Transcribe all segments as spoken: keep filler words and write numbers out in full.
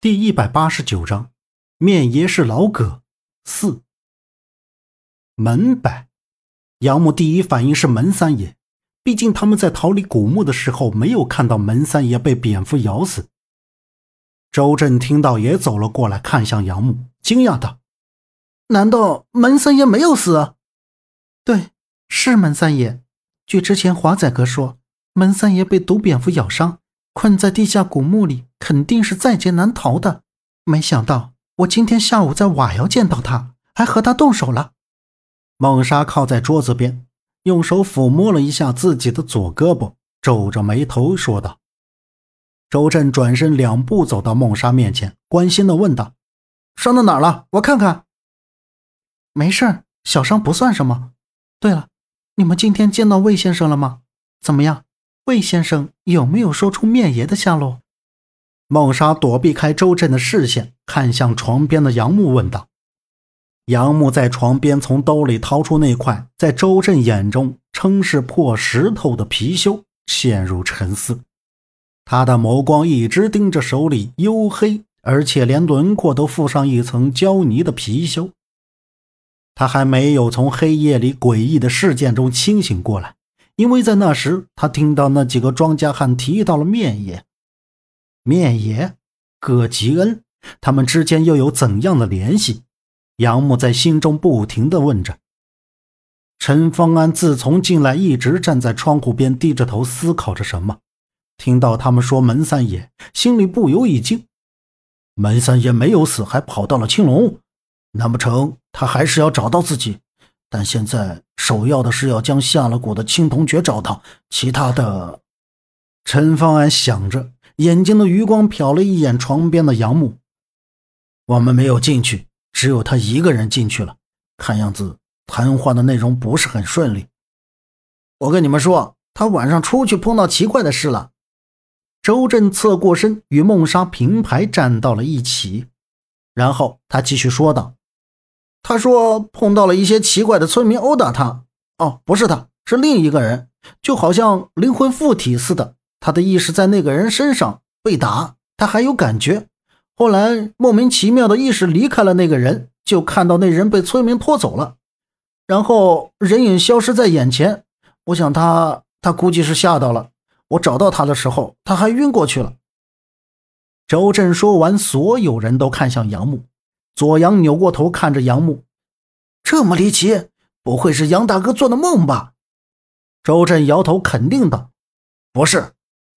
第一百八十九章，面爷是老葛四。门摆，杨木第一反应是门三爷，毕竟他们在逃离古墓的时候没有看到门三爷被蝙蝠咬死。周震听到也走了过来，看向杨木，惊讶道：“难道门三爷没有死啊？”“对，是门三爷。据之前华仔哥说，门三爷被毒蝙蝠咬伤，困在地下古墓里，肯定是在劫难逃的。没想到我今天下午在瓦窑见到他，还和他动手了。”孟莎靠在桌子边，用手抚摸了一下自己的左胳膊，皱着眉头说道。周震转身两步走到孟莎面前，关心地问道：“伤到哪儿了？我看看。”“没事，小伤不算什么。对了，你们今天见到魏先生了吗？怎么样？魏先生有没有说出面爷的下落？”孟莎躲避开周震的视线，看向床边的杨木问道。杨木在床边从兜里掏出那块在周震眼中称是破石头的貔貅，陷入沉思。他的眸光一直盯着手里黝黑而且连轮廓都附上一层胶泥的貔貅。他还没有从黑夜里诡异的事件中清醒过来，因为在那时他听到那几个庄稼汉提到了面爷。面爷、葛吉恩，他们之间又有怎样的联系？杨木在心中不停地问着。陈方安自从进来一直站在窗户边低着头思考着什么，听到他们说门三爷，心里不由一惊。门三爷没有死，还跑到了青龙，难不成他还是要找到自己？但现在首要的是要将下了蛊的青铜诀找到，其他的……陈方安想着，眼睛的余光瞟了一眼床边的杨木。我们没有进去，只有他一个人进去了，看样子谈话的内容不是很顺利。我跟你们说，他晚上出去碰到奇怪的事了。周震侧过身与孟莎平排站到了一起，然后他继续说道：他说碰到了一些奇怪的村民殴打他，哦，不是他，是另一个人，就好像灵魂附体似的，他的意识在那个人身上，被打他还有感觉，后来莫名其妙的意识离开了那个人，就看到那人被村民拖走了，然后人影消失在眼前，我想他他估计是吓到了，我找到他的时候他还晕过去了。周震说完，所有人都看向杨木，左阳扭过头看着杨木，这么离奇，不会是杨大哥做的梦吧？周震摇头肯定道，不是。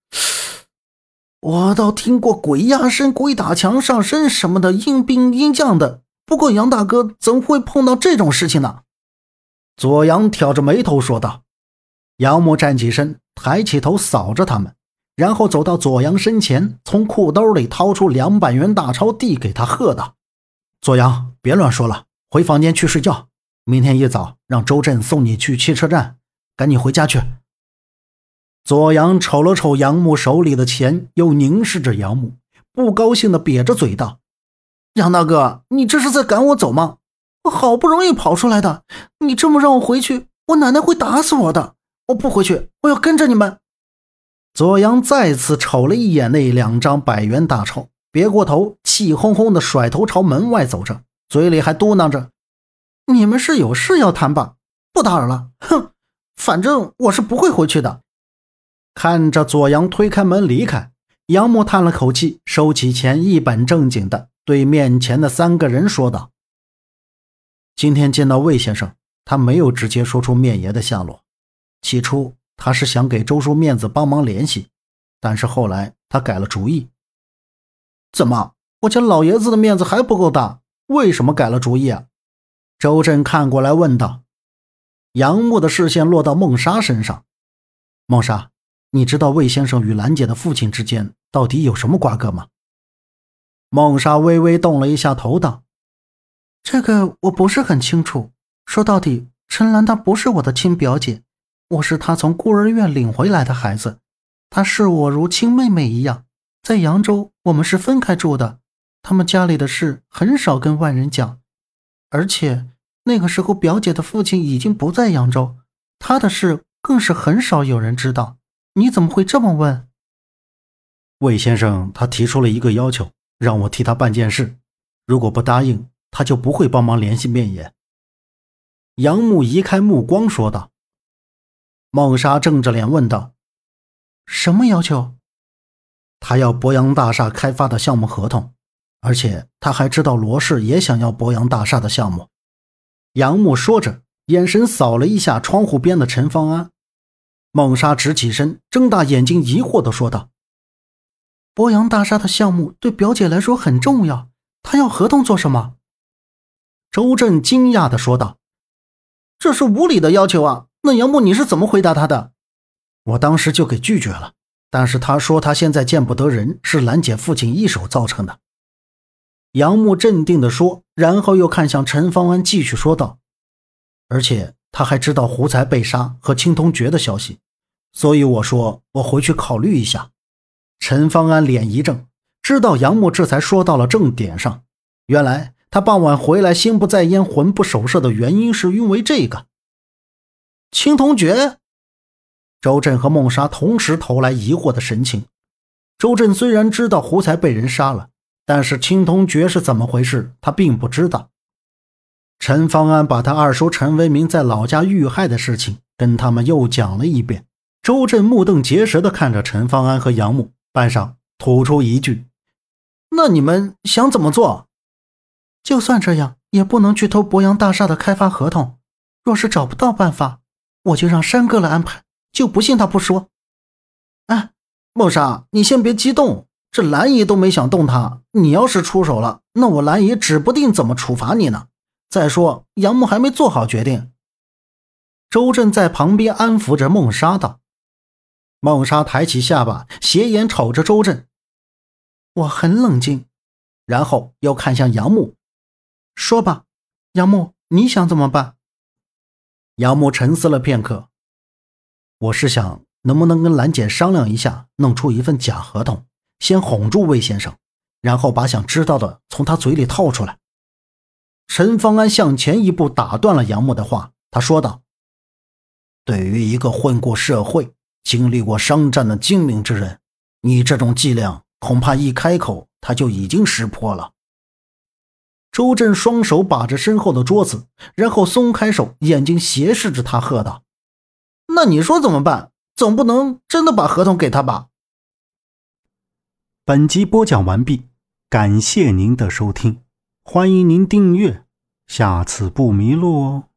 我倒听过鬼压身、鬼打墙、上身什么的阴兵阴将的，不过杨大哥怎会碰到这种事情呢？左阳挑着眉头说道。杨木站起身，抬起头扫着他们，然后走到左阳身前，从裤兜里掏出两百元大钞递给他，喝道：左阳，别乱说了，回房间去睡觉，明天一早让周震送你去汽车站，赶紧回家去。左阳瞅了瞅杨木手里的钱，又凝视着杨木，不高兴地瘪着嘴道：杨大哥，你这是在赶我走吗？我好不容易跑出来的，你这么让我回去，我奶奶会打死我的，我不回去，我要跟着你们。左阳再次瞅了一眼那两张百元大钞，别过头，气哄哄地甩头朝门外走着，嘴里还嘟囔着：你们是有事要谈吧？不打扰了，哼，反正我是不会回去的。看着左阳推开门离开，杨木叹了口气，收起钱，一本正经地对面前的三个人说道：今天见到魏先生，他没有直接说出面爷的下落，起初他是想给周叔面子帮忙联系，但是后来他改了主意。怎么，我家老爷子的面子还不够大？为什么改了主意啊？周震看过来问道。杨木的视线落到孟莎身上。孟莎，你知道魏先生与兰姐的父亲之间到底有什么瓜葛吗？孟莎微微动了一下头道：这个我不是很清楚，说到底陈兰她不是我的亲表姐，我是她从孤儿院领回来的孩子，她视我如亲妹妹一样，在扬州我们是分开住的，他们家里的事很少跟外人讲，而且那个时候表姐的父亲已经不在扬州，她的事更是很少有人知道。你怎么会这么问？魏先生他提出了一个要求， 让我替他办件事，如果不答应，他就不会帮忙联系面野。杨木移开目光说道。孟莎正着脸问道：什么要求？他要博洋大厦开发的项目合同，而且他还知道罗氏也想要博洋大厦的项目。杨木说着，眼神扫了一下窗户边的陈方安。孟莎直起身，睁大眼睛疑惑地说道：博洋大厦的项目对表姐来说很重要，她要合同做什么？周震惊讶地说道：这是无理的要求啊，那杨木你是怎么回答他的？我当时就给拒绝了，但是他说他现在见不得人，是兰姐父亲一手造成的。杨木镇定地说，然后又看向陈方安继续说道：而且他还知道胡才被杀和青铜诀的消息，所以我说我回去考虑一下。陈方安脸一正，知道杨木这才说到了正点上。原来他傍晚回来心不在焉魂不守舍的原因是因为这个青铜诀。周震和孟莎同时投来疑惑的神情。周震虽然知道胡才被人杀了，但是青铜诀是怎么回事他并不知道。陈方安把他二叔陈为民在老家遇害的事情跟他们又讲了一遍。周震目瞪结舌地看着陈方安和杨木，半晌吐出一句：那你们想怎么做？就算这样也不能去偷博洋大厦的开发合同，若是找不到办法，我就让山哥来安排，就不信他不说。哎，孟莎，你先别激动，这兰姨都没想动他，你要是出手了，那我兰姨指不定怎么处罚你呢。再说杨木还没做好决定。周震在旁边安抚着孟莎道。孟莎抬起下巴，斜眼瞅着周震：我很冷静。然后又看向杨木：说吧，杨木，你想怎么办？杨木沉思了片刻：我是想能不能跟兰姐商量一下，弄出一份假合同，先哄住魏先生，然后把想知道的从他嘴里套出来。陈方安向前一步打断了杨木的话，他说道：对于一个混过社会经历过商战的精明之人，你这种伎俩恐怕一开口他就已经识破了。周震双手把着身后的桌子，然后松开手，眼睛斜视着他喝道：那你说怎么办？总不能真的把合同给他吧？本集播讲完毕，感谢您的收听，欢迎您订阅，下次不迷路哦。